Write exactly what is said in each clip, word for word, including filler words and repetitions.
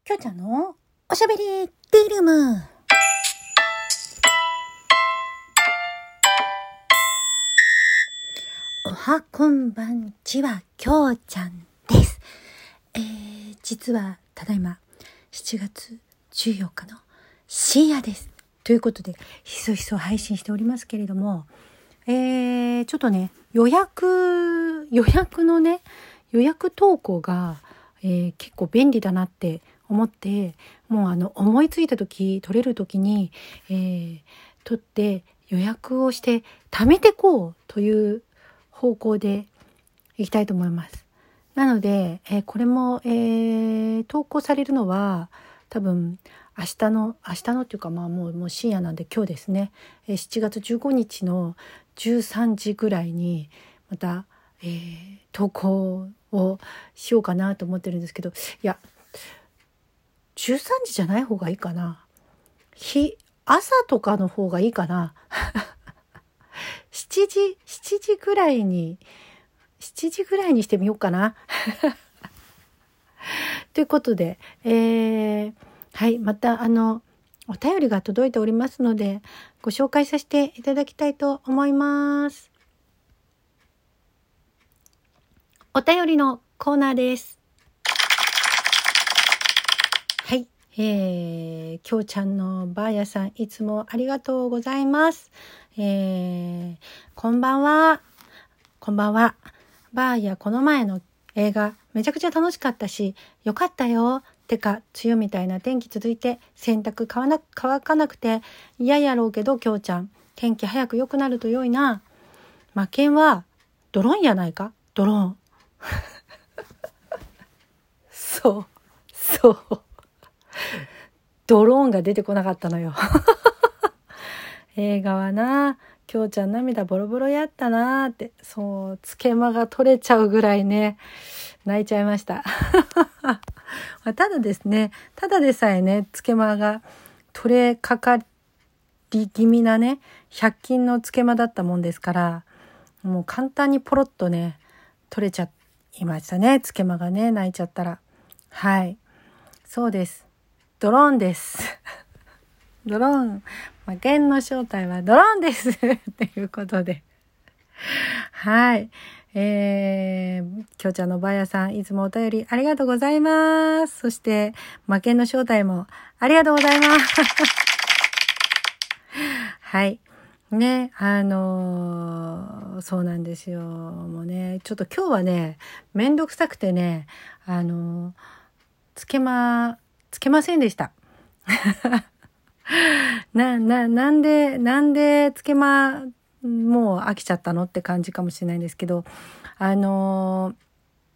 きょうちゃんのおしゃべりティールーム。おはこんばんちは、きょうちゃんです。えー、実はただいましちがつじゅうよっかの深夜です。ということで、ひそひそ配信しておりますけれども、えー、ちょっとね、予約、予約のね、予約投稿が、えー、結構便利だなって思って、もうあの思いついた時、取れる時に、えー、取って予約をして貯めてこうという方向でいきたいと思います。なので、えー、これも、えー、投稿されるのは多分明日の明日のっていうかまあもうもう深夜なんで今日ですね、えー、しちがつじゅうごにちのじゅうさんじぐらいにまた、えー、投稿をしようかなと思ってるんですけど、いやじゅうさんじじゃない方がいいかな。日朝とかの方がいいかな。しちじしちじぐらいにしちじぐらいにしてみようかな。ということで、えー、はいまたあのお便りが届いておりますのでご紹介させていただきたいと思います。お便りのコーナーです。はい、えー、きょうちゃんのばあやさんいつもありがとうございます。えー、こんばんは。こんばんは。ばあやこの前の映画めちゃくちゃ楽しかったしよかったよ。てか梅雨みたいな天気続いて洗濯乾な乾かなくて嫌やろうけどきょうちゃん天気早く良くなると良いな。魔剣はドローンやないか。ドローン。そうそうドローンが出てこなかったのよ。映画はなきょうちゃん涙ボロボロやったなーって、そうつけまが取れちゃうぐらいね泣いちゃいました。ただですねただでさえねつけまが取れかかり気味なねひゃく均のつけまだったもんですから、もう簡単にポロッとね取れちゃいましたね。つけまがね泣いちゃったら。はいそうです、ドローンです。ドローン、魔剣の正体はドローンですっていうことで、はい、えー、きょうちゃんのばあやさんいつもお便りありがとうございます。そして魔剣の正体もありがとうございます。はいね、あのー、そうなんですよ。もうねちょっと今日はねめんどくさくてねあのー、つけまつけませんでした。な、な、なんで、なんでつけま、もう飽きちゃったのって感じかもしれないんですけど、あのー、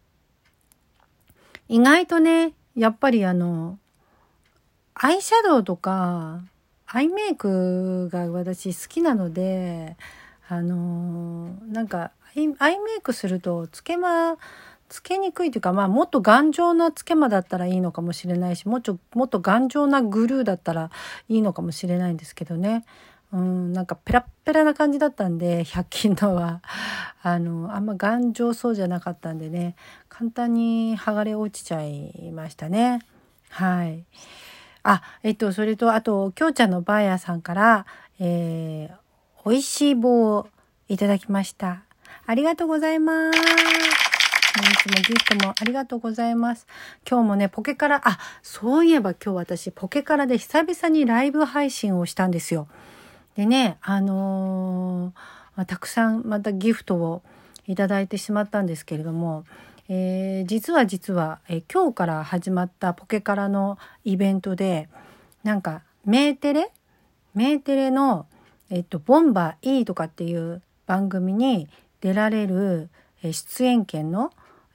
意外とね、やっぱりあの、アイシャドウとか、アイメイクが私好きなので、あのー、なんか、アイメイクすると、つけま、つけにくいというか、まあもっと頑丈なつけまだったらいいのかもしれないし、もっともっと頑丈なグルーだったらいいのかもしれないんですけどね。うん、なんかペラッペラな感じだったんでひゃく均のはあのあんま頑丈そうじゃなかったんでね、簡単に剥がれ落ちちゃいましたね。はい。あ、えっとそれとあときょうちゃんのばあやさんから、えー、美味しい棒をいただきました。ありがとうございます。いつもギフトもありがとうございます。今日もねポケから、あ、そういえば今日私ポケからで久々にライブ配信をしたんですよ。でねあのー、たくさんまたギフトをいただいてしまったんですけれども、えー、実は実は、えー、今日から始まったポケからのイベントで、なんかメーテレメーテレのえっとボンバー E とかっていう番組に出られる出演権の、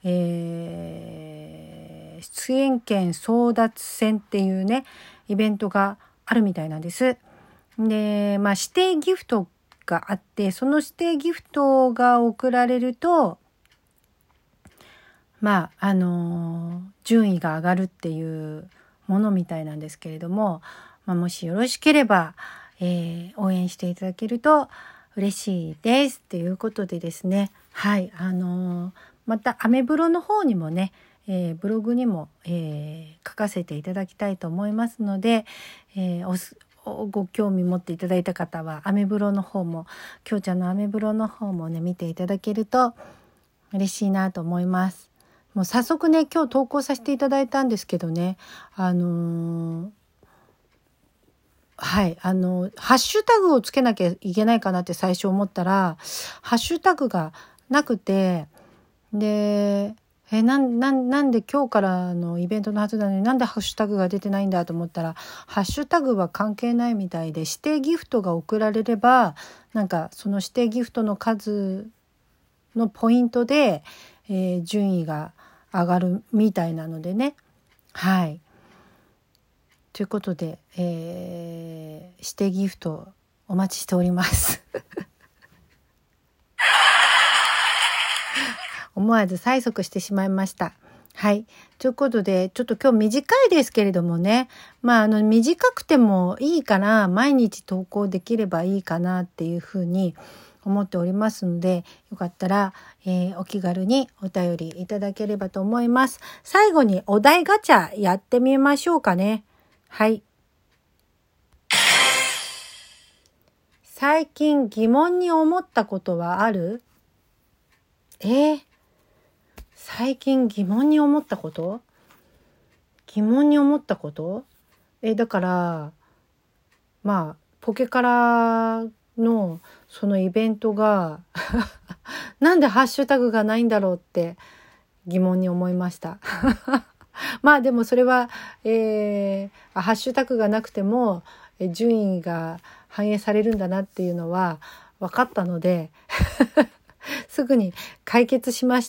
えー、出演権争奪戦っていうねイベントがあるみたいなんです。で、まあ指定ギフトがあって、その指定ギフトが送られると、まああのー、順位が上がるっていうものみたいなんですけれども、まあ、もしよろしければ、えー、応援していただけると嬉しいですっていうことでですね、はい、あのー、またアメブロの方にもね、 えー、ブログにも、えー、書かせていただきたいと思いますので、えー、おすご興味持っていただいた方はアメブロの方もきょうちゃんのアメブロの方もね見ていただけると嬉しいなと思います。もう早速ね今日投稿させていただいたんですけどねあのー、はいあのハッシュタグをつけなきゃいけないかなって最初思ったらハッシュタグがなくてでえなん、なん、なんで今日からのイベントのはずなのになんでハッシュタグが出てないんだと思ったらハッシュタグは関係ないみたいで指定ギフトが送られればなんかその指定ギフトの数のポイントで、えー、順位が上がるみたいなのでねはいということで、えー、指定ギフトお待ちしております思わず催促してしまいました。はい。ということで、ちょっと今日短いですけれどもね、まあ、あの、短くてもいいかな、毎日投稿できればいいかなっていうふうに思っておりますので、よかったら、えー、お気軽にお便りいただければと思います。最後にお題ガチャやってみましょうかね。はい。最近疑問に思ったことはある？えー最近疑問に思ったこと疑問に思ったことえだからまあポケカラのそのイベントがなんでハッシュタグがないんだろうって疑問に思いましたまあでもそれは、えー、ハッシュタグがなくても順位が反映されるんだなっていうのは分かったのですぐに解決しました。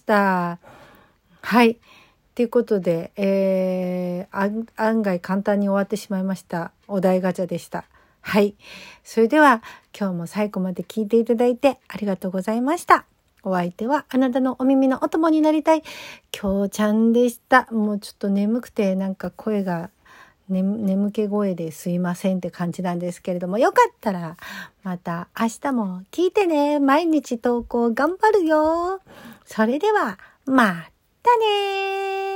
はい。ということで、えー、案外簡単に終わってしまいました。お題ガチャでした。はい。それでは今日も最後まで聞いていただいてありがとうございました。お相手はあなたのお耳のお供になりたいきょうちゃんでした。もうちょっと眠くてなんか声が、ね、眠気声ですいませんって感じなんですけれども、よかったらまた明日も聞いてね。毎日投稿頑張るよ。それではまたねー。